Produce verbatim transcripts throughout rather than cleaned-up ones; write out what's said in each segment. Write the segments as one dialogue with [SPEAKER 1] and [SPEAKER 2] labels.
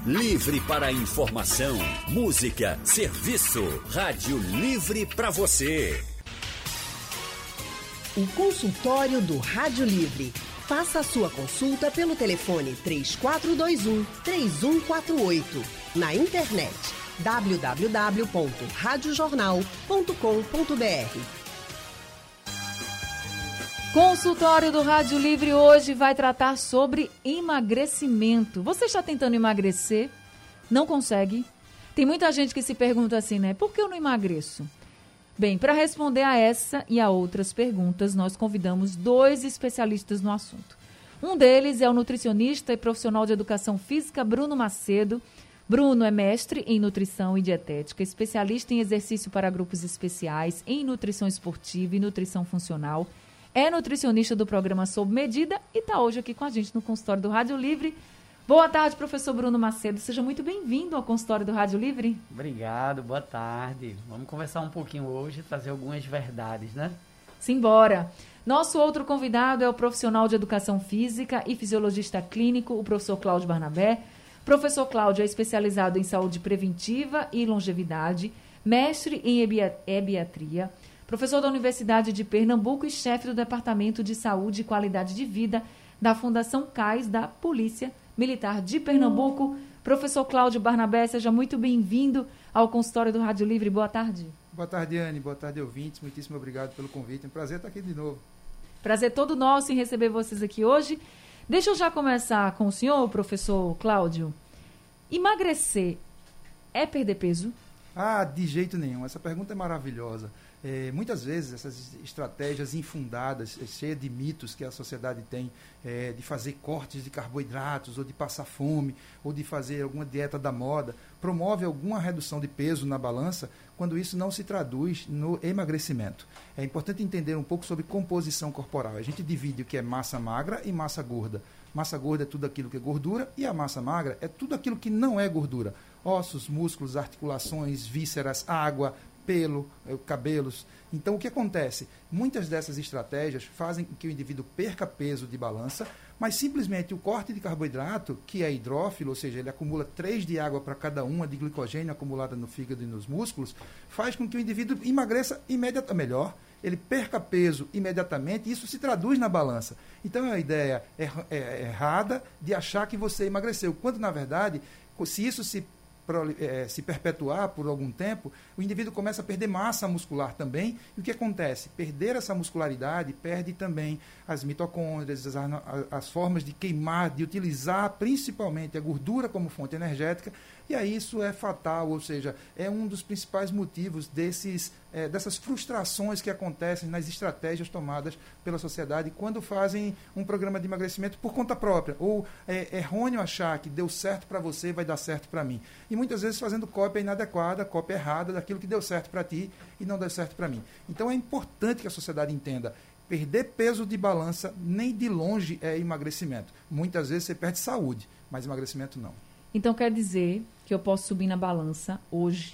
[SPEAKER 1] Livre para informação, música, serviço. Rádio Livre para você.
[SPEAKER 2] O consultório do Rádio Livre. Faça a sua consulta pelo telefone três quatro dois um, três um quatro oito. Na internet w w w ponto rádio jornal ponto com ponto b r.
[SPEAKER 3] Consultório do Rádio Livre hoje vai tratar sobre emagrecimento. Você está tentando emagrecer? Não consegue? Tem muita gente que se pergunta assim, né? Por que eu não emagreço? Bem, para responder a essa e a outras perguntas, nós convidamos dois especialistas no assunto. Um deles é o nutricionista e profissional de educação física Bruno Macedo. Bruno é mestre em nutrição e dietética, especialista em exercício para grupos especiais, em nutrição esportiva e nutrição funcional. É nutricionista do programa Sob Medida e está hoje aqui com a gente no consultório do Rádio Livre. Boa tarde, professor Bruno Macedo. Seja muito bem-vindo ao consultório do Rádio Livre.
[SPEAKER 4] Obrigado, boa tarde. Vamos conversar um pouquinho hoje e trazer algumas verdades, né?
[SPEAKER 3] Simbora. Nosso outro convidado é o profissional de educação física e fisiologista clínico, o professor Cláudio Barnabé. Professor Cláudio é especializado em saúde preventiva e longevidade, mestre em ebiatria, professor da Universidade de Pernambuco e chefe do Departamento de Saúde e Qualidade de Vida da Fundação CAIS da Polícia Militar de Pernambuco. Professor Cláudio Barnabé, seja muito bem-vindo ao consultório do Rádio Livre. Boa tarde.
[SPEAKER 5] Boa tarde, Anne. Boa tarde, ouvintes. Muitíssimo obrigado pelo convite. É um prazer estar aqui de novo.
[SPEAKER 3] Prazer todo nosso em receber vocês aqui hoje. Deixa eu já começar com o senhor, professor Cláudio. Emagrecer é perder peso?
[SPEAKER 5] Ah, de jeito nenhum. Essa pergunta é maravilhosa. É, muitas vezes essas estratégias infundadas, cheias de mitos que a sociedade tem, é, de fazer cortes de carboidratos, ou de passar fome, ou de fazer alguma dieta da moda, promove alguma redução de peso na balança, quando isso não se traduz no emagrecimento. É importante entender um pouco sobre composição corporal. A gente divide o que é massa magra e massa gorda. Massa gorda é tudo aquilo que é gordura e a massa magra é tudo aquilo que não é gordura. Ossos, músculos, articulações, vísceras, água, pelo, cabelos. Então, o que acontece? Muitas dessas estratégias fazem com que o indivíduo perca peso de balança, mas simplesmente o corte de carboidrato, que é hidrófilo, ou seja, ele acumula três de água para cada uma de glicogênio acumulada no fígado e nos músculos, faz com que o indivíduo emagreça imediatamente, melhor, ele perca peso imediatamente e isso se traduz na balança. Então, é uma ideia er- é errada de achar que você emagreceu, quando, na verdade, se isso se se perpetuar por algum tempo, o indivíduo começa a perder massa muscular também. E o que acontece? Perder essa muscularidade perde também as mitocôndrias, as, as formas de queimar, de utilizar principalmente a gordura como fonte energética, e aí isso é fatal, ou seja, é um dos principais motivos desses, é, dessas frustrações que acontecem nas estratégias tomadas pela sociedade quando fazem um programa de emagrecimento por conta própria, ou é errôneo achar que deu certo para você, vai dar certo para mim. E muitas vezes fazendo cópia inadequada, cópia errada daquilo que deu certo para ti e não deu certo para mim. Então é importante que a sociedade entenda, perder peso de balança nem de longe é emagrecimento. Muitas vezes você perde saúde, mas emagrecimento não.
[SPEAKER 3] Então quer dizer que eu posso subir na balança hoje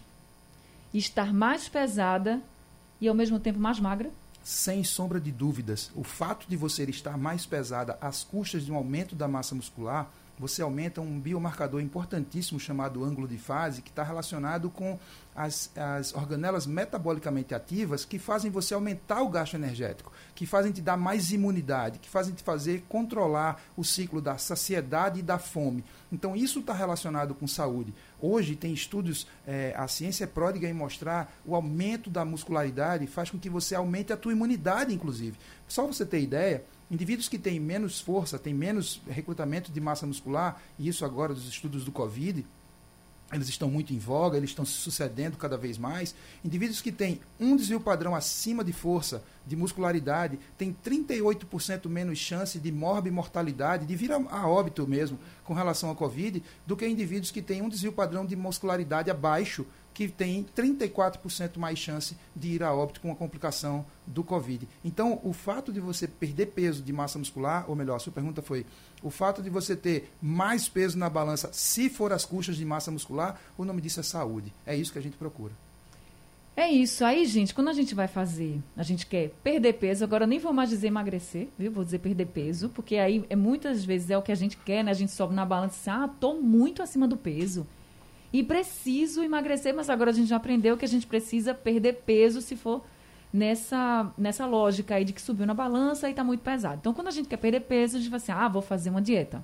[SPEAKER 3] e estar mais pesada e ao mesmo tempo mais magra?
[SPEAKER 5] Sem sombra de dúvidas. O fato de você estar mais pesada às custas de um aumento da massa muscular, você aumenta um biomarcador importantíssimo chamado ângulo de fase, que está relacionado com as, as organelas metabolicamente ativas que fazem você aumentar o gasto energético, que fazem te dar mais imunidade, que fazem te fazer controlar o ciclo da saciedade e da fome. Então, isso está relacionado com saúde. Hoje, tem estudos, é, a ciência é pródiga em mostrar o aumento da muscularidade faz com que você aumente a tua imunidade, inclusive. Só você ter ideia, indivíduos que têm menos força, têm menos recrutamento de massa muscular, e isso agora dos estudos do Covid, eles estão muito em voga, eles estão se sucedendo cada vez mais. Indivíduos que têm um desvio padrão acima de força, de muscularidade, têm trinta e oito por cento menos chance de morbimortalidade, de vir a, a óbito mesmo, com relação ao Covid, do que indivíduos que têm um desvio padrão de muscularidade abaixo, que tem trinta e quatro por cento mais chance de ir a óbito com a complicação do Covid. Então, o fato de você perder peso de massa muscular, ou melhor, a sua pergunta foi, o fato de você ter mais peso na balança, se for às custas de massa muscular, o nome disso é saúde. É isso que a gente procura.
[SPEAKER 3] É isso. Aí, gente, quando a gente vai fazer, a gente quer perder peso, agora eu nem vou mais dizer emagrecer, viu? Vou dizer perder peso, porque aí é, muitas vezes é o que a gente quer, né? A gente sobe na balança e diz, ah, tô muito acima do peso e preciso emagrecer, mas agora a gente já aprendeu que a gente precisa perder peso se for nessa, nessa lógica aí de que subiu na balança e tá muito pesado. Então, quando a gente quer perder peso, a gente vai assim, ah, vou fazer uma dieta.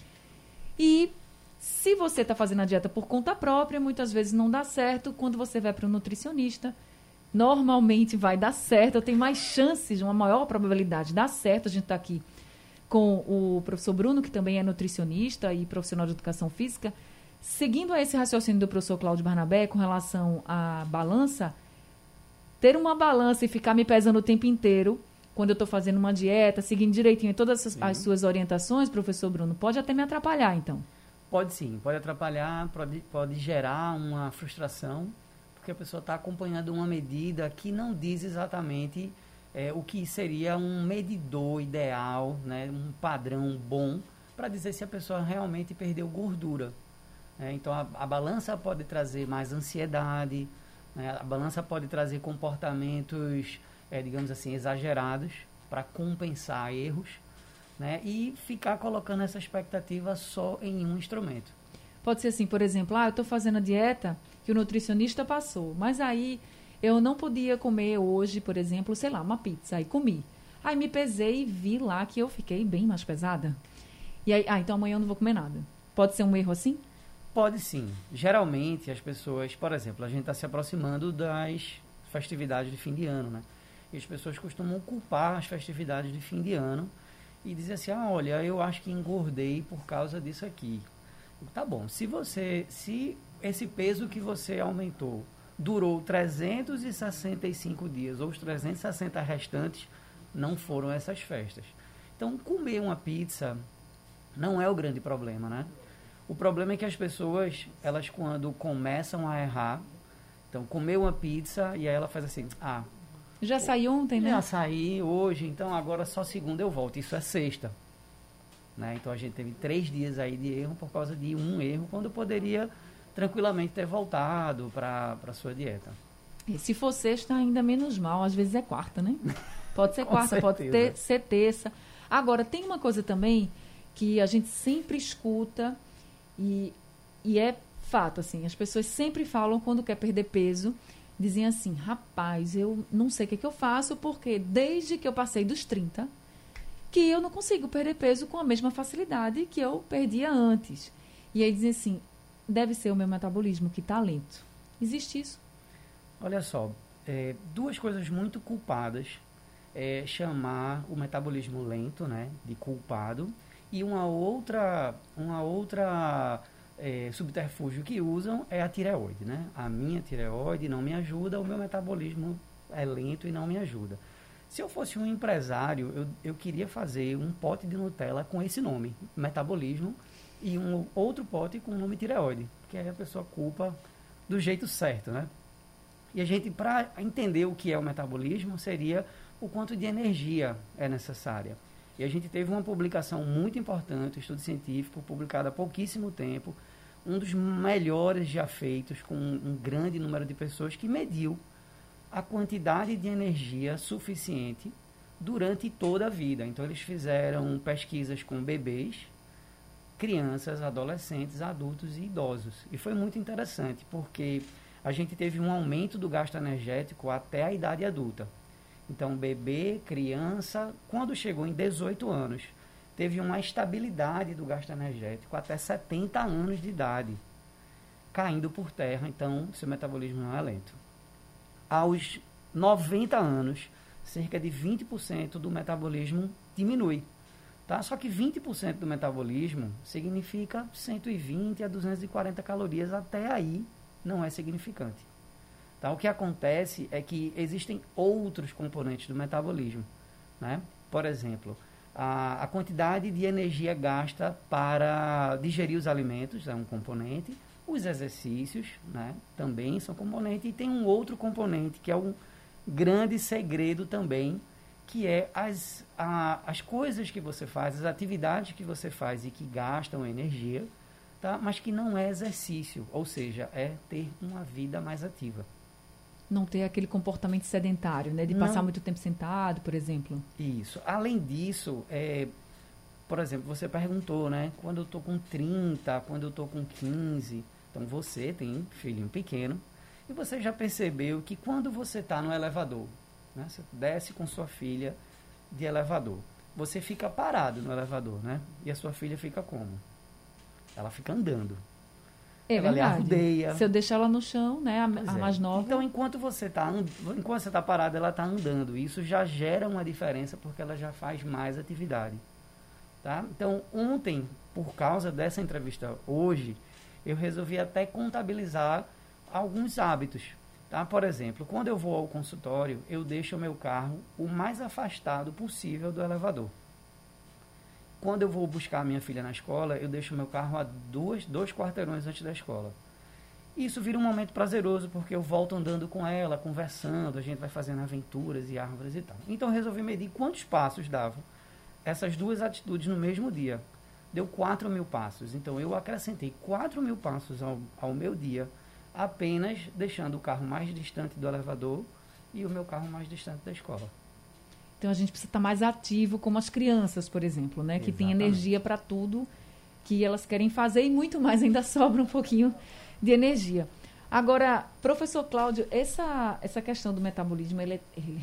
[SPEAKER 3] E se você está fazendo a dieta por conta própria, muitas vezes não dá certo. Quando você vai para um nutricionista, normalmente vai dar certo. Tem mais chances, uma maior probabilidade de dar certo. A gente está aqui com o professor Bruno, que também é nutricionista e profissional de educação física. Seguindo a esse raciocínio do professor Cláudio Barnabé com relação à balança, ter uma balança e ficar me pesando o tempo inteiro, quando eu estou fazendo uma dieta, seguindo direitinho todas as, as suas orientações, professor Bruno, pode até me atrapalhar, então.
[SPEAKER 4] Pode sim, pode atrapalhar, pode, pode gerar uma frustração, porque a pessoa está acompanhando uma medida que não diz exatamente é, o que seria um medidor ideal, né, um padrão bom, para dizer se a pessoa realmente perdeu gordura. É, então, a, a balança pode trazer mais ansiedade, né, a balança pode trazer comportamentos, é, digamos assim, exagerados, para compensar erros. Né, e ficar colocando essa expectativa só em um instrumento.
[SPEAKER 3] Pode ser assim, por exemplo, ah, eu estou fazendo a dieta que o nutricionista passou, mas aí eu não podia comer hoje, por exemplo, sei lá, uma pizza, aí comi. Aí me pesei e vi lá que eu fiquei bem mais pesada. E aí, ah, então amanhã eu não vou comer nada. Pode ser um erro assim?
[SPEAKER 4] Pode sim. Geralmente as pessoas, por exemplo, a gente está se aproximando das festividades de fim de ano, né? E as pessoas costumam culpar as festividades de fim de ano e dizer assim, ah, olha, eu acho que engordei por causa disso aqui. Tá bom, se você, se esse peso que você aumentou durou trezentos e sessenta e cinco dias, ou os trezentos e sessenta restantes não foram essas festas. Então, comer uma pizza não é o grande problema, né? O problema é que as pessoas, elas quando começam a errar, então, comer uma pizza e aí ela faz assim, ah,
[SPEAKER 3] já saí ontem, né?
[SPEAKER 4] Já saí hoje, então agora só segunda eu volto. Isso é sexta. Né? Então a gente teve três dias aí de erro por causa de um erro, quando eu poderia tranquilamente ter voltado para a sua dieta.
[SPEAKER 3] E se for sexta, ainda menos mal. Às vezes é quarta, né? Pode ser quarta,
[SPEAKER 4] certeza.
[SPEAKER 3] pode ter, ser terça. Agora, tem uma coisa também que a gente sempre escuta e, e é fato, assim. As pessoas sempre falam quando quer perder peso, dizem assim, rapaz, eu não sei o que, que eu faço, porque desde que eu passei dos trinta, que eu não consigo perder peso com a mesma facilidade que eu perdia antes. E aí dizem assim, deve ser o meu metabolismo que está lento. Existe isso?
[SPEAKER 4] Olha só, é, duas coisas muito culpadas é chamar o metabolismo lento, né, de culpado, e uma outra, uma outra É, subterfúgio que usam é a tireoide, né? A minha tireoide não me ajuda, o meu metabolismo é lento e não me ajuda. Se eu fosse um empresário, eu, eu queria fazer um pote de Nutella com esse nome, metabolismo, e um outro pote com o nome tireoide, porque aí a pessoa culpa do jeito certo, né? E a gente, para entender o que é o metabolismo, seria o quanto de energia é necessária. E a gente teve uma publicação muito importante, um estudo científico, publicado há pouquíssimo tempo, um dos melhores já feitos, com um grande número de pessoas, que mediu a quantidade de energia suficiente durante toda a vida. Então, eles fizeram pesquisas com bebês, crianças, adolescentes, adultos e idosos. E foi muito interessante, porque a gente teve um aumento do gasto energético até a idade adulta. Então, bebê, criança, quando chegou em dezoito anos, teve uma estabilidade do gasto energético até setenta anos de idade, caindo por terra. Então, seu metabolismo não é lento. Aos noventa anos, cerca de vinte por cento do metabolismo diminui. Tá? Só que vinte por cento do metabolismo significa cento e vinte a duzentas e quarenta calorias. Até aí, não é significante. Tá? O que acontece é que existem outros componentes do metabolismo. Né? Por exemplo, a, a quantidade de energia gasta para digerir os alimentos é um componente. Os exercícios, né, também são componentes. E tem um outro componente que é um grande segredo também, que é as, a, as coisas que você faz, as atividades que você faz e que gastam energia, tá? Mas que não é exercício, ou seja, é ter uma vida mais ativa.
[SPEAKER 3] não ter aquele comportamento sedentário, né? De
[SPEAKER 4] Não.
[SPEAKER 3] passar muito tempo sentado, por exemplo.
[SPEAKER 4] Isso. Além disso, é, por exemplo, você perguntou, né? Quando eu estou com trinta, quando eu estou com quinze. Então, você tem um filhinho pequeno e você já percebeu que quando você está no elevador, né? Você desce com sua filha de elevador. Você fica parado no elevador, né? E a sua filha fica como? Ela fica andando.
[SPEAKER 3] É
[SPEAKER 4] ela lhe
[SPEAKER 3] verdade.
[SPEAKER 4] arrudeia.
[SPEAKER 3] Se eu deixar ela no chão, né? A,
[SPEAKER 4] Pois
[SPEAKER 3] a
[SPEAKER 4] é.
[SPEAKER 3] mais nova.
[SPEAKER 4] Então, enquanto você está enquanto você tá parado, ela está andando. Isso já gera uma diferença porque ela já faz mais atividade. Tá? Então, ontem, por causa dessa entrevista hoje, eu resolvi até contabilizar alguns hábitos. Tá? Por exemplo, quando eu vou ao consultório, eu deixo o meu carro o mais afastado possível do elevador. Quando eu vou buscar a minha filha na escola, eu deixo o meu carro a duas, dois quarteirões antes da escola. Isso vira um momento prazeroso, porque eu volto andando com ela, conversando, a gente vai fazendo aventuras e árvores e tal. Então, eu resolvi medir quantos passos davam essas duas atitudes no mesmo dia. Deu quatro mil passos. Então, eu acrescentei quatro mil passos ao, ao meu dia, apenas deixando o carro mais distante do elevador e o meu carro mais distante da escola.
[SPEAKER 3] Então a gente precisa estar mais ativo, como as crianças, por exemplo, né? Que tem energia para tudo que elas querem fazer e muito mais, ainda sobra um pouquinho de energia. Agora, professor Cláudio, essa, essa questão do metabolismo, ele é, ele,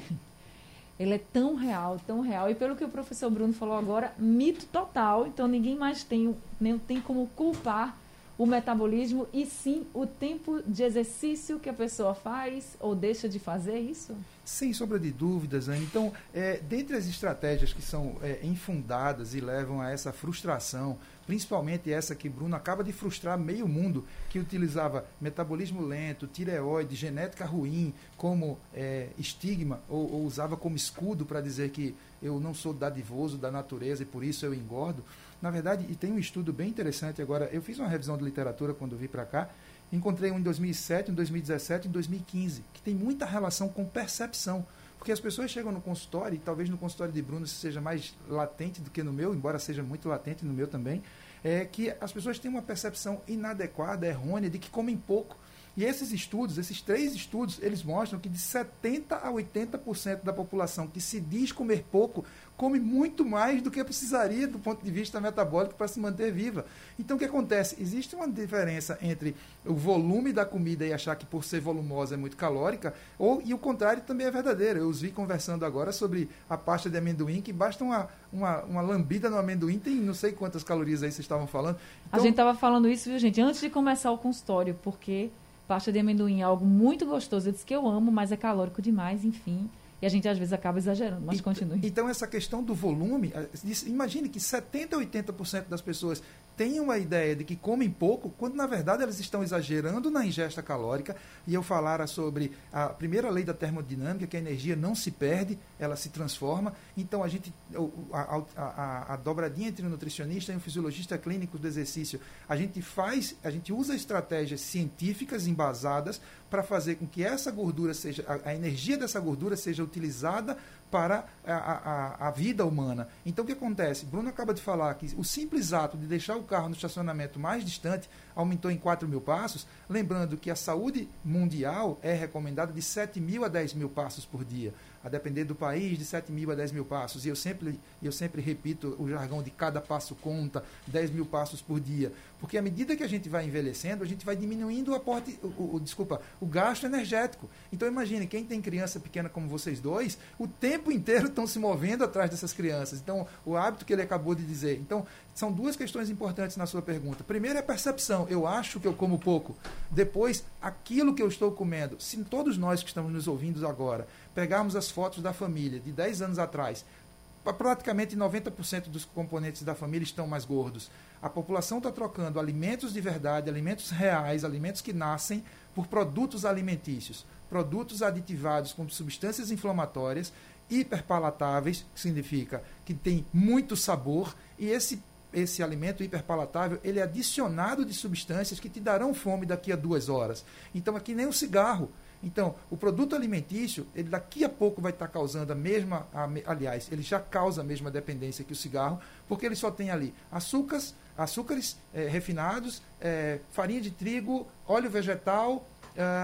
[SPEAKER 3] ele é tão real, tão real. E pelo que o professor Bruno falou agora, mito total. Então ninguém mais tem, nem tem como culpar o metabolismo, e sim o tempo de exercício que a pessoa faz ou deixa de fazer, isso?
[SPEAKER 5] Sem sombra de dúvidas, Anne. Então, é, dentre as estratégias que são é, infundadas e levam a essa frustração, principalmente essa que Bruno acaba de frustrar meio mundo, que utilizava metabolismo lento, tireoide, genética ruim como é, estigma, ou, ou usava como escudo para dizer que eu não sou dadivoso da natureza e por isso eu engordo. Na verdade, e tem um estudo bem interessante agora, eu fiz uma revisão de literatura quando eu vim para cá, encontrei um em dois mil e sete, em dois mil e dezessete, em dois mil e quinze, que tem muita relação com percepção. Porque as pessoas chegam no consultório, e talvez no consultório de Bruno isso seja mais latente do que no meu, embora seja muito latente no meu também, é que as pessoas têm uma percepção inadequada, errônea, de que comem pouco. E esses estudos, esses três estudos, eles mostram que de setenta a oitenta por cento da população que se diz comer pouco, come muito mais do que precisaria do ponto de vista metabólico para se manter viva. Então, o que acontece? Existe uma diferença entre o volume da comida e achar que por ser volumosa é muito calórica, ou, e o contrário também é verdadeiro. Eu os vi conversando agora sobre a pasta de amendoim, que basta uma, uma, uma lambida no amendoim, tem não sei quantas calorias aí vocês estavam falando. Então,
[SPEAKER 3] a gente estava falando isso, viu, gente, antes de começar o consultório, porque pasta de amendoim é algo muito gostoso. Eu disse que eu amo, mas é calórico demais, enfim. E a gente, às vezes, acaba exagerando, mas
[SPEAKER 5] então,
[SPEAKER 3] continue.
[SPEAKER 5] Então, essa questão do volume, imagine que setenta a oitenta por cento das pessoas têm uma ideia de que comem pouco, quando, na verdade, elas estão exagerando na ingesta calórica. E eu falara sobre a primeira lei da termodinâmica, que a energia não se perde, ela se transforma. Então, a gente, a, a, a, a dobradinha entre o nutricionista e o fisiologista clínico do exercício, a gente faz, a gente usa estratégias científicas embasadas para fazer com que essa gordura seja, a, a energia dessa gordura seja utilizada para a, a, a vida humana. Então, o que acontece? Bruno acaba de falar que o simples ato de deixar o carro no estacionamento mais distante aumentou em quatro mil passos, lembrando que a saúde mundial é recomendada de sete mil a dez mil passos por dia, a depender do país, de sete mil a dez mil passos. E eu sempre, eu sempre repito o jargão de cada passo conta, dez mil passos por dia. Porque à medida que a gente vai envelhecendo, a gente vai diminuindo o aporte, o, o, o, desculpa, o gasto energético. Então imagine, quem tem criança pequena como vocês dois, o tempo inteiro estão se movendo atrás dessas crianças. Então, o hábito que ele acabou de dizer. Então, são duas questões importantes na sua pergunta. Primeiro é a percepção. Eu acho que eu como pouco. Depois, aquilo que eu estou comendo. Se todos nós que estamos nos ouvindo agora pegarmos as fotos da família de dez anos atrás, praticamente noventa por cento dos componentes da família estão mais gordos. A população está trocando alimentos de verdade, alimentos reais, alimentos que nascem por produtos alimentícios, produtos aditivados com substâncias inflamatórias, hiperpalatáveis, que significa que tem muito sabor, e esse esse alimento hiperpalatável, ele é adicionado de substâncias que te darão fome daqui a duas horas. Então, é que nem um cigarro. Então, o produto alimentício, ele daqui a pouco vai estar causando a mesma, a, aliás, ele já causa a mesma dependência que o cigarro, porque ele só tem ali açúcares, açúcares é, refinados, é, farinha de trigo, óleo vegetal, é,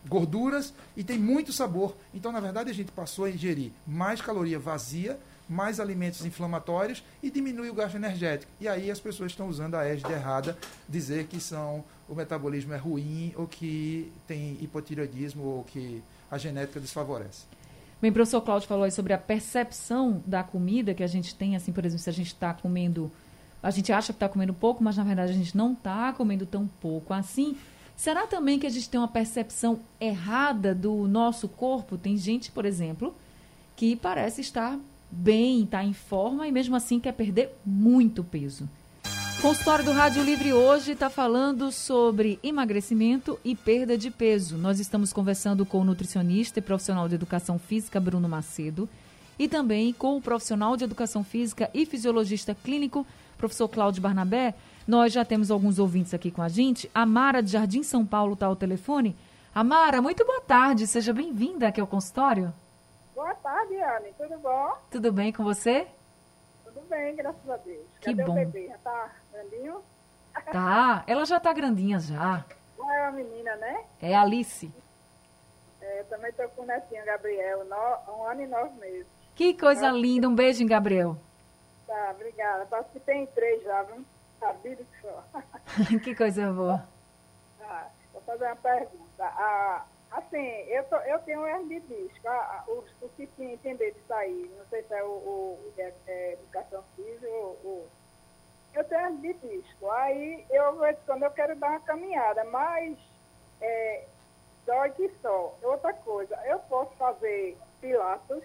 [SPEAKER 5] gorduras e tem muito sabor. Então, na verdade, a gente passou a ingerir mais caloria vazia, mais alimentos inflamatórios e diminui o gasto energético. E aí as pessoas estão usando a égide errada, dizer que são, o metabolismo é ruim ou que tem hipotireoidismo ou que a genética desfavorece.
[SPEAKER 3] Bem, o professor Cláudio falou aí sobre a percepção da comida que a gente tem, assim, por exemplo, se a gente está comendo, a gente acha que está comendo pouco, mas na verdade a gente não está comendo tão pouco assim. Será também que a gente tem uma percepção errada do nosso corpo? Tem gente, por exemplo, que parece estar bem, está em forma e mesmo assim quer perder muito peso. O consultório do Rádio Livre hoje está falando sobre emagrecimento e perda de peso. Nós estamos conversando com o nutricionista e profissional de educação física Bruno Macedo e também com o profissional de educação física e fisiologista clínico, professor Cláudio Barnabé. Nós já temos alguns ouvintes aqui com a gente. A Mara de Jardim São Paulo está ao telefone. Amara, muito boa tarde. Seja bem-vinda aqui ao consultório.
[SPEAKER 6] Boa tarde, Anne. Tudo bom?
[SPEAKER 3] Tudo bem com você?
[SPEAKER 6] Tudo bem, graças a Deus.
[SPEAKER 3] Que
[SPEAKER 6] Cadê
[SPEAKER 3] bom.
[SPEAKER 6] o bebê? Já tá grandinho?
[SPEAKER 3] Tá, ela já tá grandinha já.
[SPEAKER 6] Não é uma menina, né?
[SPEAKER 3] É a Alice.
[SPEAKER 6] É, eu também tô com o netinho, Gabriel, no, um ano e nove meses.
[SPEAKER 3] Que coisa linda. Um beijo em Gabriel.
[SPEAKER 6] Tá, obrigada. Parece que tem três já, viu? Sabia que só.
[SPEAKER 3] Que coisa boa.
[SPEAKER 6] Tá, vou fazer uma pergunta. Ah, assim, eu, tô, eu tenho um hernia de disco. Ah, o, o que tinha entender disso aí, não sei se é o, o é, é, educação física ou... ou eu tenho hernia de disco. Aí, eu, quando eu quero dar uma caminhada, mas é, dói que só. Outra coisa, eu posso fazer pilates?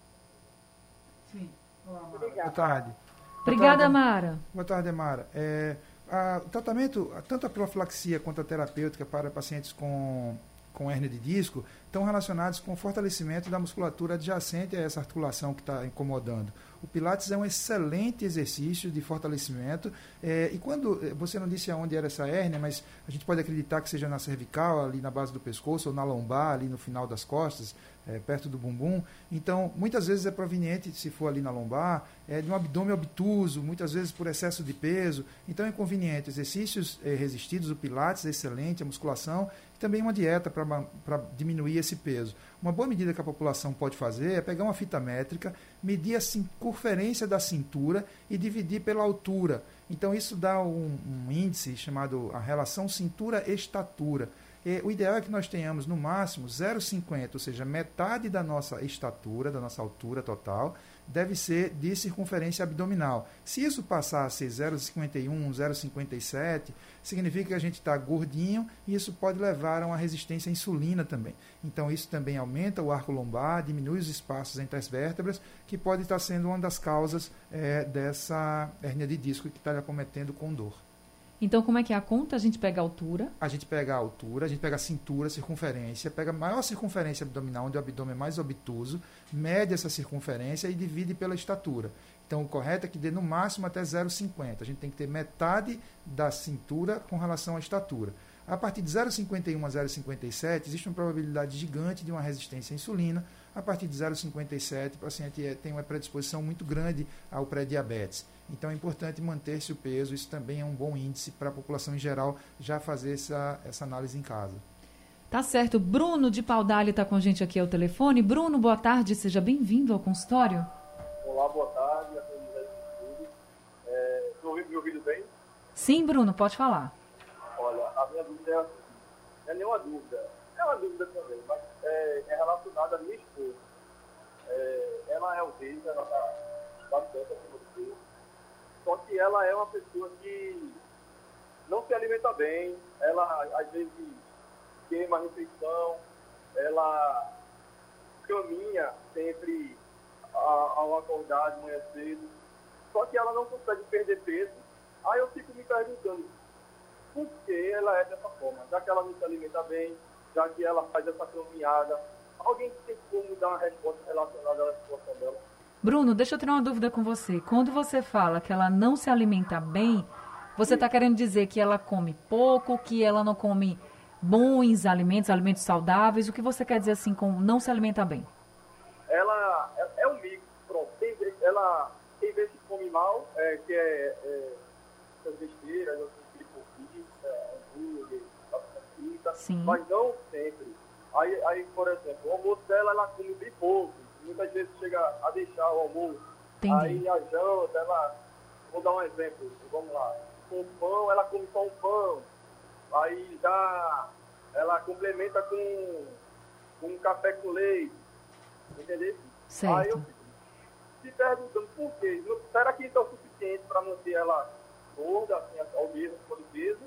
[SPEAKER 5] Sim.
[SPEAKER 6] Obrigada.
[SPEAKER 5] Boa tarde.
[SPEAKER 3] Obrigada,
[SPEAKER 5] Boa tarde.
[SPEAKER 3] Mara.
[SPEAKER 5] Boa tarde, Mara. É, a, o tratamento, tanto a profilaxia quanto a terapêutica para pacientes com, com hérnia de disco estão relacionados com o fortalecimento da musculatura adjacente a essa articulação que está incomodando. O Pilates é um excelente exercício de fortalecimento é, e quando, você não disse aonde era essa hérnia, mas a gente pode acreditar que seja na cervical, ali na base do pescoço, ou na lombar, ali no final das costas, é, perto do bumbum. Então, muitas vezes é proveniente, se for ali na lombar, é, de um abdômen obtuso, muitas vezes por excesso de peso. Então, é inconveniente. Exercícios é, resistidos, o Pilates é excelente, a musculação, e também uma dieta para diminuir esse peso. Uma boa medida que a população pode fazer é pegar uma fita métrica, medir a circunferência da cintura e dividir pela altura. Então, isso dá um, um índice chamado a relação cintura-estatura. E o ideal é que nós tenhamos, no máximo, zero vírgula cinquenta, ou seja, metade da nossa estatura, da nossa altura total, deve ser de circunferência abdominal. Se isso passar a ser zero vírgula cinquenta e um, zero vírgula cinquenta e sete, significa que a gente está gordinho e isso pode levar a uma resistência à insulina também. Então, isso também aumenta o arco lombar, diminui os espaços entre as vértebras, que pode estar sendo uma das causas é, dessa hérnia de disco que está lhe acometendo com dor.
[SPEAKER 3] Então, como é que é a conta? A gente pega a altura.
[SPEAKER 5] A gente pega a altura, a gente pega a cintura, a circunferência, pega a maior circunferência abdominal, onde o abdômen é mais obtuso, mede essa circunferência e divide pela estatura. Então, o correto é que dê no máximo até zero vírgula cinquenta. A gente tem que ter metade da cintura com relação à estatura. A partir de zero vírgula cinquenta e um a zero vírgula cinquenta e sete, existe uma probabilidade gigante de uma resistência à insulina. A partir de zero vírgula cinquenta e sete, o paciente tem uma predisposição muito grande ao pré-diabetes. Então, é importante manter-se o peso. Isso também é um bom índice para a população em geral já fazer essa, essa análise em casa.
[SPEAKER 3] Tá certo. Bruno de Paudalho está com a gente aqui ao telefone. Bruno, boa tarde. Seja bem-vindo ao consultório.
[SPEAKER 7] Olá, boa tarde. A todos aí. É, estou ouvindo me ouvindo bem?
[SPEAKER 3] Sim, Bruno, pode falar.
[SPEAKER 7] Olha, a minha dúvida é assim. Não é nenhuma dúvida. É uma dúvida também, mas é, é relacionada à minha esposa. É, ela é obesa, ela está bastante acima do peso. Só que ela é uma pessoa que não se alimenta bem, ela às vezes queima a refeição, ela caminha sempre ao acordar de manhã cedo, só que ela não consegue perder peso. Aí eu fico me perguntando por que ela é dessa forma, já que ela não se alimenta bem, já que ela faz essa caminhada. Alguém tem como dar uma resposta relacionada à situação dela?
[SPEAKER 3] Bruno, deixa eu tirar uma dúvida com você. Quando você fala que ela não se alimenta bem, você está querendo dizer que ela come pouco, que ela não come bons alimentos, alimentos saudáveis? O que você quer dizer assim com não se alimenta bem?
[SPEAKER 7] Ela é, é um mix, pronto. Tem vez, ela tem vezes que come mal, é, que é, é essas besteiras, tipo pizza, hambúrguer, frita, mas não sempre. Aí, aí, por exemplo, o almoço dela, ela come bem pouco. Muitas vezes chega a deixar o almoço.
[SPEAKER 3] Entendi.
[SPEAKER 7] Aí a janta, ela... Vou dar um exemplo, vamos lá. Com pão, ela come só um pão. Aí já ela complementa com, com um café com leite. Entendeu?
[SPEAKER 3] Certo.
[SPEAKER 7] Aí eu fico se perguntando por quê. Não- Será que isso é o suficiente para manter ela gorda, assim, ao mesmo por peso?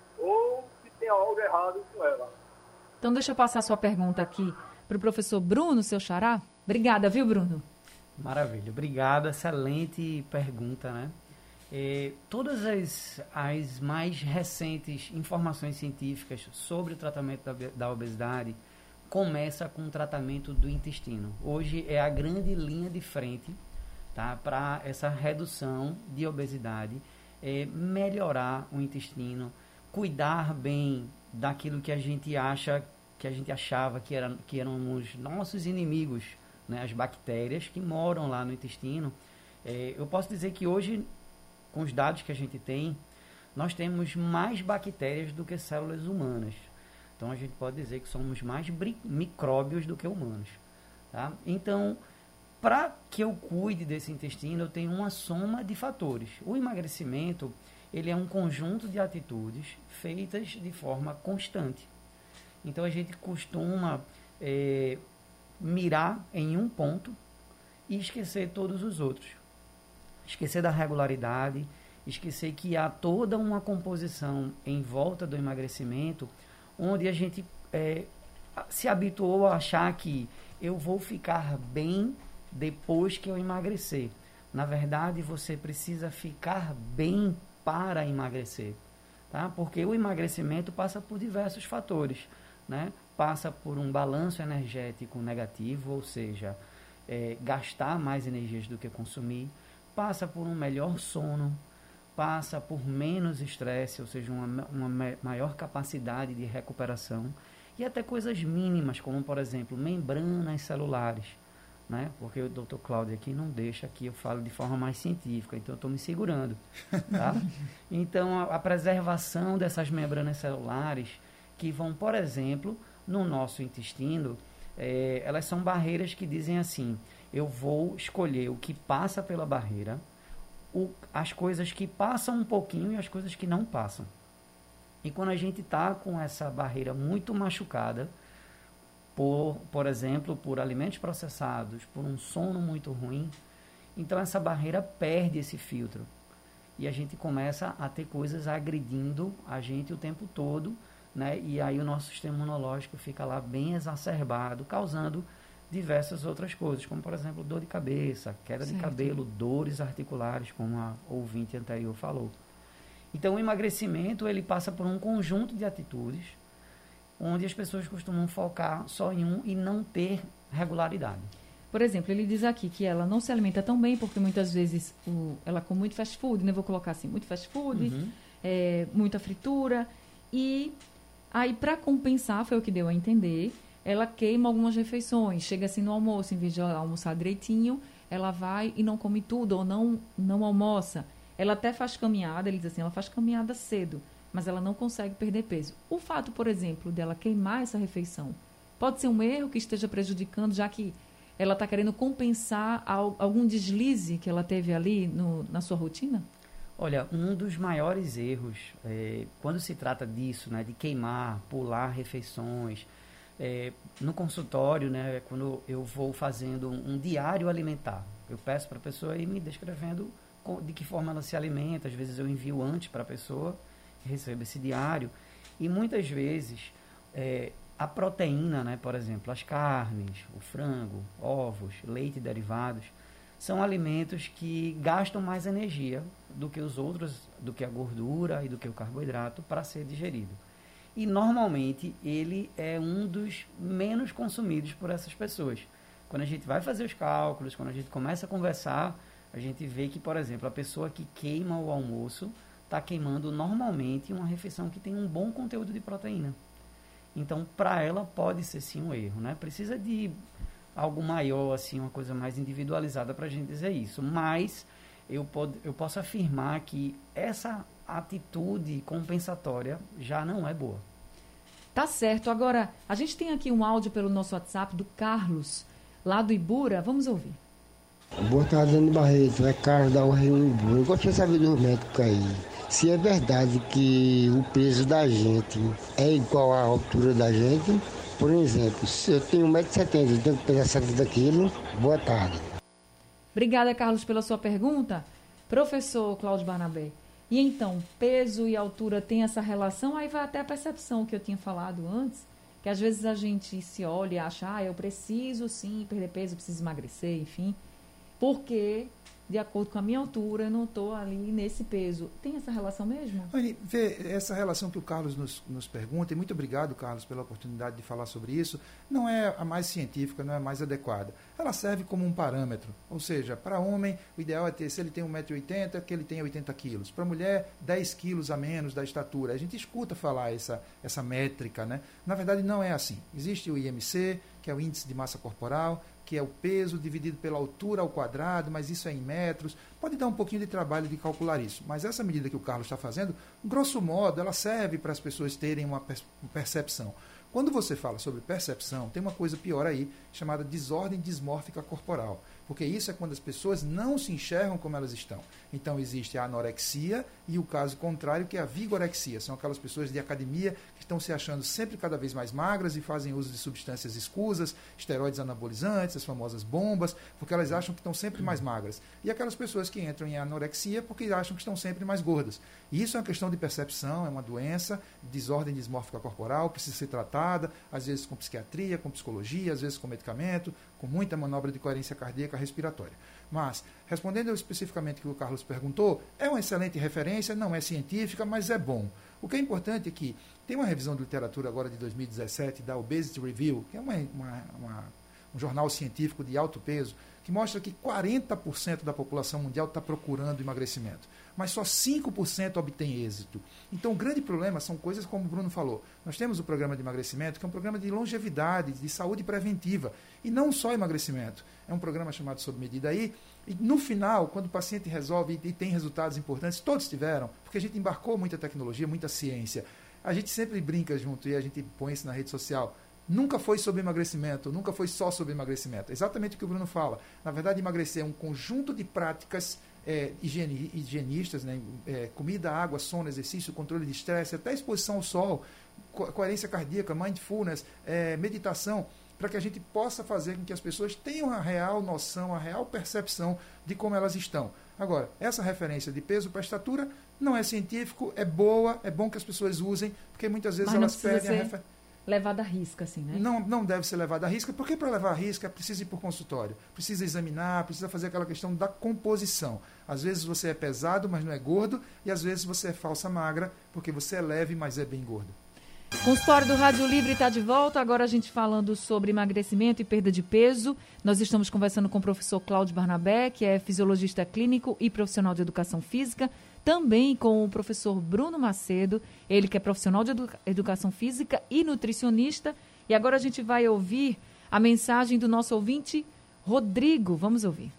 [SPEAKER 7] Ou se tem algo errado com ela?
[SPEAKER 3] Então, deixa eu passar a sua pergunta aqui para o professor Bruno, seu xará. Obrigada, viu, Bruno?
[SPEAKER 4] Maravilha, obrigado, excelente pergunta, né? Eh, todas as, as mais recentes informações científicas sobre o tratamento da, obe- da obesidade começa com o tratamento do intestino. Hoje é a grande linha de frente, tá, para essa redução de obesidade, é melhorar o intestino, cuidar bem daquilo que a gente acha, que a gente achava que, era, que eram os nossos inimigos, né, as bactérias que moram lá no intestino. É, eu posso dizer que hoje, com os dados que a gente tem, nós temos mais bactérias do que células humanas. Então, a gente pode dizer que somos mais bri- micróbios do que humanos. Tá? Então, para que eu cuide desse intestino, eu tenho uma soma de fatores. O emagrecimento, ele é um conjunto de atitudes feitas de forma constante. Então, a gente costuma é, mirar em um ponto e esquecer todos os outros. Esquecer da regularidade, esquecer que há toda uma composição em volta do emagrecimento, onde a gente é, se habituou a achar que eu vou ficar bem depois que eu emagrecer. Na verdade, você precisa ficar bem para emagrecer, tá? Porque o emagrecimento passa por diversos fatores, né? Passa por um balanço energético negativo, ou seja, é, gastar mais energias do que consumir, passa por um melhor sono, passa por menos estresse, ou seja, uma, uma maior capacidade de recuperação, e até coisas mínimas, como, por exemplo, membranas celulares, né? Porque o doutor Cláudio aqui não deixa que eu fale de forma mais científica, então eu estou me segurando. Tá? Então, a, a preservação dessas membranas celulares, que vão, por exemplo, no nosso intestino, é, elas são barreiras que dizem assim, eu vou escolher o que passa pela barreira, o, as coisas que passam um pouquinho e as coisas que não passam. E quando a gente está com essa barreira muito machucada, por, por exemplo, por alimentos processados, por um sono muito ruim, então essa barreira perde esse filtro. E a gente começa a ter coisas agredindo a gente o tempo todo, né? E aí o nosso sistema imunológico fica lá bem exacerbado, causando diversas outras coisas, como, por exemplo, dor de cabeça, queda
[SPEAKER 3] Certo.
[SPEAKER 4] de cabelo, dores articulares, como a ouvinte anterior falou. Então, o emagrecimento, ele passa por um conjunto de atitudes, onde as pessoas costumam focar só em um e não ter regularidade.
[SPEAKER 3] Por exemplo, ele diz aqui que ela não se alimenta tão bem, porque muitas vezes o, ela come muito fast food, né? Vou colocar assim, muito fast food,
[SPEAKER 4] Uhum.
[SPEAKER 3] é, muita fritura, e aí, para compensar, foi o que deu a entender, ela queima algumas refeições, chega assim no almoço, em vez de ela almoçar direitinho, ela vai e não come tudo, ou não, não almoça. Ela até faz caminhada, ele diz assim, ela faz caminhada cedo, mas ela não consegue perder peso. O fato, por exemplo, dela queimar essa refeição, pode ser um erro que esteja prejudicando, já que ela está querendo compensar al- algum deslize que ela teve ali no, na sua rotina?
[SPEAKER 4] Olha, um dos maiores erros, é, quando se trata disso, né, de queimar, pular refeições, é, no consultório, né, quando eu vou fazendo um, um diário alimentar, eu peço para a pessoa ir me descrevendo co- de que forma ela se alimenta, às vezes eu envio antes para a pessoa, recebo esse diário, e muitas vezes é, a proteína, né, por exemplo, as carnes, o frango, ovos, leite e derivados, são alimentos que gastam mais energia do que os outros, do que a gordura e do que o carboidrato para ser digerido. E normalmente ele é um dos menos consumidos por essas pessoas. Quando a gente vai fazer os cálculos, quando a gente começa a conversar, a gente vê que, por exemplo, a pessoa que queima o almoço está queimando normalmente uma refeição que tem um bom conteúdo de proteína. Então, para ela pode ser sim um erro, né? Precisa de algo maior, assim, uma coisa mais individualizada para a gente dizer isso. Mas eu, pod, eu posso afirmar que essa atitude compensatória já não é boa.
[SPEAKER 3] Tá certo. Agora, a gente tem aqui um áudio pelo nosso WhatsApp do Carlos, lá do Ibura. Vamos ouvir.
[SPEAKER 8] Boa tarde, Dani Barreto. É Carlos da U R um Ibura. Eu gostaria de saber dos médicos aí. Se é verdade que o peso da gente é igual à altura da gente. Por exemplo, se eu tenho um metro e setenta, eu tenho que pesar setenta quilos. Boa tarde.
[SPEAKER 3] Obrigada, Carlos, pela sua pergunta. Professor Cláudio Barnabé, e então, peso e altura tem essa relação? Aí vai até a percepção que eu tinha falado antes, que às vezes a gente se olha e acha, ah, eu preciso sim perder peso, preciso emagrecer, enfim, porque, de acordo com a minha altura, eu não estou ali nesse peso. Tem essa relação mesmo?
[SPEAKER 5] Anny, vê essa relação que o Carlos nos, nos pergunta, e muito obrigado, Carlos, pela oportunidade de falar sobre isso, não é a mais científica, não é a mais adequada. Ela serve como um parâmetro, ou seja, para homem, o ideal é ter, se ele tem um metro e oitenta, que ele tenha oitenta quilos. Para mulher, dez quilos a menos da estatura. A gente escuta falar essa, essa métrica, né? Na verdade, não é assim. Existe o I M C, que é o Índice de Massa Corporal, que é o peso dividido pela altura ao quadrado, mas isso é em metros. Pode dar um pouquinho de trabalho de calcular isso, mas essa medida que o Carlos está fazendo, grosso modo, ela serve para as pessoas terem uma percepção. Quando você fala sobre percepção, tem uma coisa pior aí, chamada desordem dismórfica corporal, porque isso é quando as pessoas não se enxergam como elas estão. Então existe a anorexia e o caso contrário, que é a vigorexia. São aquelas pessoas de academia que estão se achando sempre cada vez mais magras e fazem uso de substâncias escusas, esteroides anabolizantes, as famosas bombas, porque elas acham que estão sempre mais magras. E aquelas pessoas que entram em anorexia porque acham que estão sempre mais gordas. E isso é uma questão de percepção, é uma doença, desordem dismórfica corporal, precisa ser tratada, às vezes com psiquiatria, com psicologia, às vezes com medicamento, com muita manobra de coerência cardíaca respiratória. Mas, respondendo especificamente o que o Carlos perguntou, é uma excelente referência, não é científica, mas é bom. O que é importante é que tem uma revisão de literatura agora de dois mil e dezessete, da Obesity Review, que é uma, uma, uma, um jornal científico de alto peso, que mostra que quarenta por cento da população mundial está procurando emagrecimento, mas só cinco por cento obtém êxito. Então, o grande problema são coisas como o Bruno falou. Nós temos o programa de emagrecimento, que é um programa de longevidade, de saúde preventiva, e não só emagrecimento. É um programa chamado Sob Medida aí, e no final, quando o paciente resolve e tem resultados importantes, todos tiveram, porque a gente embarcou muita tecnologia, muita ciência. A gente sempre brinca junto e a gente põe isso na rede social. Nunca foi sobre emagrecimento, nunca foi só sobre emagrecimento. Exatamente o que o Bruno fala. Na verdade, emagrecer é um conjunto de práticas é, higiene, higienistas, né? É, comida, água, sono, exercício, controle de estresse, até exposição ao sol, co- coerência cardíaca, mindfulness, é, meditação, para que a gente possa fazer com que as pessoas tenham a real noção, a real percepção de como elas estão. Agora, essa referência de peso para estatura não é científico, é boa, é bom que as pessoas usem, porque muitas vezes
[SPEAKER 3] Mas
[SPEAKER 5] elas perdem a referência.
[SPEAKER 3] Levada à risca, assim, né?
[SPEAKER 5] Não, não deve ser levado à risca, porque para levar à risca precisa ir por consultório, precisa examinar, precisa fazer aquela questão da composição. Às vezes você é pesado, mas não é gordo, e às vezes você é falsa magra, porque você é leve, mas é bem gordo.
[SPEAKER 3] Consultório do Rádio Livre está de volta, agora a gente falando sobre emagrecimento e perda de peso. Nós estamos conversando com o professor Cláudio Barnabé, que é fisiologista clínico e profissional de educação física, também com o professor Bruno Macedo, ele que é profissional de edu- educação física e nutricionista. E agora a gente vai ouvir a mensagem do nosso ouvinte, Rodrigo. Vamos ouvir.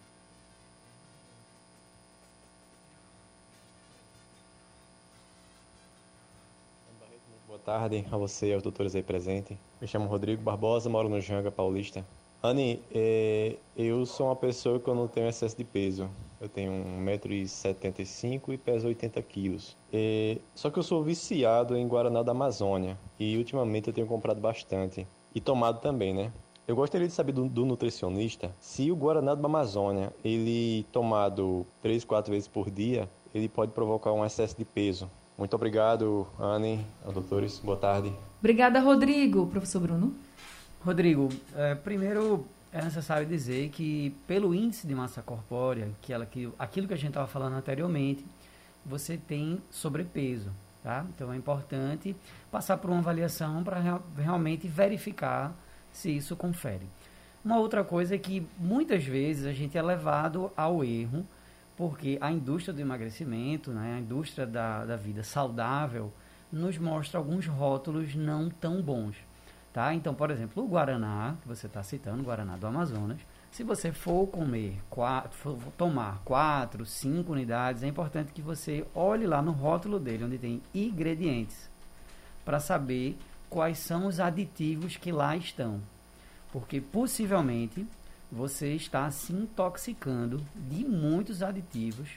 [SPEAKER 9] Boa tarde a você e aos doutores aí presentes. Me chamo Rodrigo Barbosa, moro no Janga Paulista. Anny, é, eu sou uma pessoa que eu não tenho excesso de peso. Eu tenho um metro e setenta e cinco e peso oitenta quilos. É, só que eu sou viciado em Guaraná da Amazônia e ultimamente eu tenho comprado bastante. E tomado também, né? Eu gostaria de saber do, do nutricionista se o Guaraná da Amazônia, ele tomado três, quatro vezes por dia, ele pode provocar um excesso de peso. Muito obrigado, Anny, aos doutores. Boa tarde.
[SPEAKER 3] Obrigada, Rodrigo. Professor Bruno?
[SPEAKER 4] Rodrigo, é, primeiro é necessário dizer que pelo índice de massa corpórea, que ela, que, aquilo que a gente estava falando anteriormente, você tem sobrepeso, tá? Então é importante passar por uma avaliação para real, realmente verificar se isso confere. Uma outra coisa é que muitas vezes a gente é levado ao erro, porque a indústria do emagrecimento, né, a indústria da, da vida saudável, nos mostra alguns rótulos não tão bons. Tá? Então, por exemplo, o Guaraná, que você está citando, o Guaraná do Amazonas, se você for comer, quatro, for tomar quatro, cinco unidades, é importante que você olhe lá no rótulo dele, onde tem ingredientes, para saber quais são os aditivos que lá estão. Porque possivelmente você está se intoxicando de muitos aditivos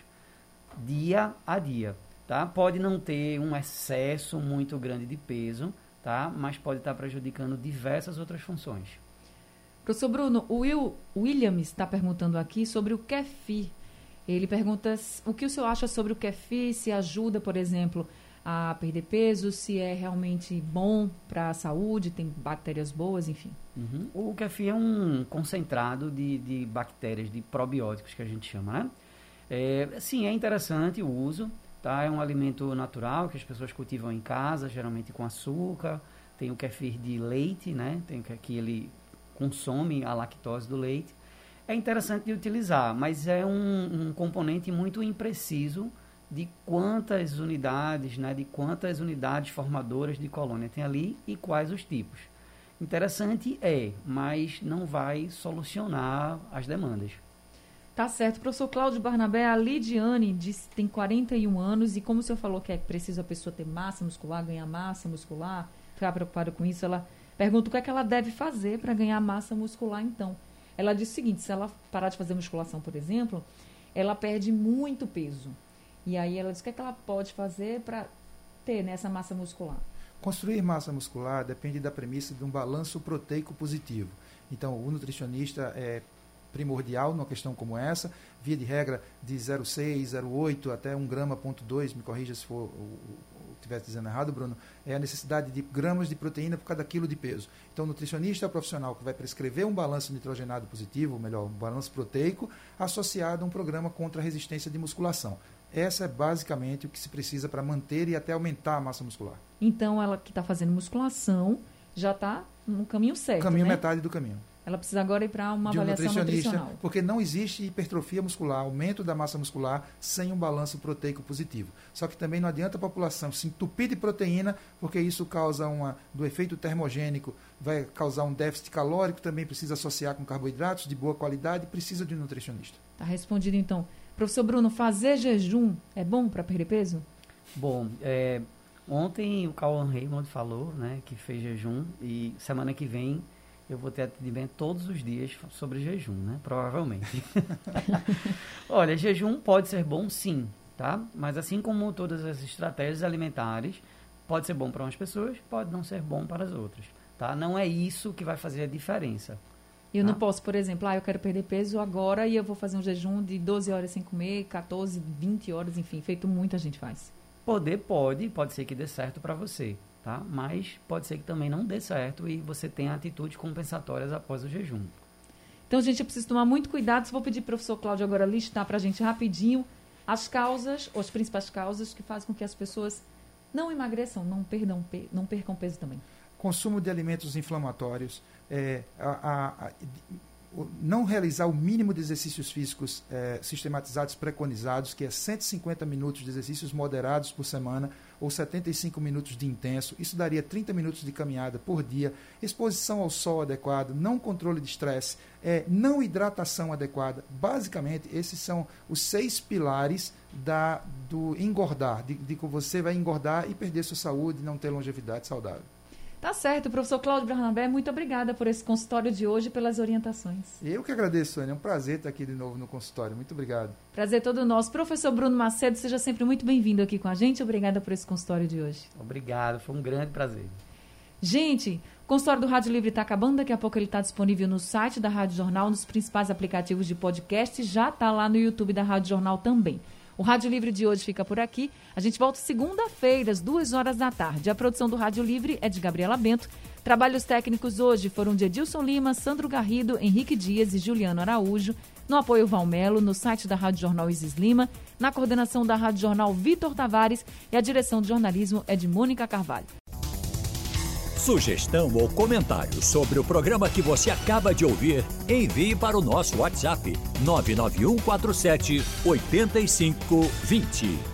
[SPEAKER 4] dia a dia. Tá? Pode não ter um excesso muito grande de peso, tá? Mas pode estar prejudicando diversas outras funções.
[SPEAKER 3] Professor Bruno, o Will Williams está perguntando aqui sobre o kefir. Ele pergunta o que o senhor acha sobre o kefir, se ajuda, por exemplo, a perder peso, se é realmente bom para a saúde, tem bactérias boas, enfim.
[SPEAKER 4] Uhum. O kefir é um concentrado de, de bactérias, de probióticos que a gente chama, né? É, sim, é interessante o uso, tá? É um alimento natural que as pessoas cultivam em casa, geralmente com açúcar. Tem o kefir de leite, né? Tem que ele consome a lactose do leite. É interessante de utilizar, mas é um, um componente muito impreciso de quantas unidades, né? De quantas unidades formadoras de colônia tem ali e quais os tipos. Interessante é, mas não vai solucionar as demandas.
[SPEAKER 3] Tá certo. Professor Cláudio Barnabé, a Lidiane diz, tem quarenta e um anos e como o senhor falou que é preciso a pessoa ter massa muscular, ganhar massa muscular, ficar preocupada com isso, ela pergunta o que é que ela deve fazer para ganhar massa muscular, então. Ela diz o seguinte, se ela parar de fazer musculação, por exemplo, ela perde muito peso. E aí ela diz o que é que ela pode fazer para ter nessa massa muscular.
[SPEAKER 5] Construir massa muscular depende da premissa de um balanço proteico positivo. Então, o nutricionista é primordial numa questão como essa, via de regra de zero vírgula seis, zero vírgula oito até um grama, ponto dois, me corrija se for estivesse dizendo errado, Bruno, é a necessidade de gramas de proteína por cada quilo de peso. Então, o nutricionista é o profissional que vai prescrever um balanço nitrogenado positivo, ou melhor, um balanço proteico, associado a um programa contra a resistência de musculação. Essa é basicamente o que se precisa para manter e até aumentar a massa muscular.
[SPEAKER 3] Então, ela que está fazendo musculação já está no caminho certo,
[SPEAKER 5] Caminho
[SPEAKER 3] né?
[SPEAKER 5] metade do caminho.
[SPEAKER 3] Ela precisa agora ir para uma
[SPEAKER 5] de um
[SPEAKER 3] avaliação
[SPEAKER 5] nutricionista,
[SPEAKER 3] nutricional.
[SPEAKER 5] porque não existe hipertrofia muscular, aumento da massa muscular, sem um balanço proteico positivo. Só que também não adianta a população se entupir de proteína, porque isso causa uma, do efeito termogênico, vai causar um déficit calórico, também precisa associar com carboidratos de boa qualidade, precisa de um nutricionista.
[SPEAKER 3] Está respondido, então. Professor Bruno, fazer jejum é bom para perder peso?
[SPEAKER 4] Bom, é, ontem o Cauã Raymond falou, né, que fez jejum, e semana que vem eu vou ter atendimento todos os dias sobre jejum, né? Provavelmente. Olha, jejum pode ser bom sim, tá? Mas assim como todas as estratégias alimentares, pode ser bom para umas pessoas, pode não ser bom para as outras, tá? Não é isso que vai fazer a diferença.
[SPEAKER 3] Eu
[SPEAKER 4] tá?
[SPEAKER 3] não posso, por exemplo, ah, eu quero perder peso agora e eu vou fazer um jejum de doze horas sem comer, quatorze, vinte horas, enfim, feito muita gente faz.
[SPEAKER 4] Poder pode, pode ser que dê certo para você. Tá? Mas pode ser que também não dê certo e você tenha atitudes compensatórias após o jejum.
[SPEAKER 3] Então, gente, eu preciso tomar muito cuidado. Vou pedir para o professor Cláudio agora listar para a gente rapidinho as causas, ou as principais causas que fazem com que as pessoas não emagreçam, não, perdam, não percam peso também.
[SPEAKER 5] Consumo de alimentos inflamatórios, é, a, a, a, não realizar o mínimo de exercícios físicos é, sistematizados, preconizados, que é cento e cinquenta minutos de exercícios moderados por semana, ou setenta e cinco minutos de intenso, isso daria trinta minutos de caminhada por dia, exposição ao sol adequado, não controle de estresse, é, não hidratação adequada. Basicamente, esses são os seis pilares da, do engordar, de, de que você vai engordar e perder sua saúde e não ter longevidade saudável.
[SPEAKER 3] Tá certo, professor Cláudio Barnabé, muito obrigada por esse consultório de hoje e pelas orientações.
[SPEAKER 5] Eu que agradeço, Sônia, é um prazer estar aqui de novo no consultório, muito obrigado.
[SPEAKER 3] Prazer todo nosso. Professor Bruno Macedo, seja sempre muito bem-vindo aqui com a gente, obrigada por esse consultório de hoje.
[SPEAKER 4] Obrigado, foi um grande prazer.
[SPEAKER 3] Gente, o consultório do Rádio Livre está acabando, daqui a pouco ele está disponível no site da Rádio Jornal, nos principais aplicativos de podcast, já está lá no YouTube da Rádio Jornal também. O Rádio Livre de hoje fica por aqui. A gente volta segunda-feira, às duas horas da tarde. A produção do Rádio Livre é de Gabriela Bento. Trabalhos técnicos hoje foram de Edilson Lima, Sandro Garrido, Henrique Dias e Juliano Araújo. No apoio Valmelo, no site da Rádio Jornal Isis Lima. Na coordenação da Rádio Jornal Vitor Tavares. E a direção de jornalismo é de Mônica Carvalho.
[SPEAKER 1] Sugestão ou comentário sobre o programa que você acaba de ouvir, envie para o nosso WhatsApp nove nove um quatro sete oito cinco dois zero.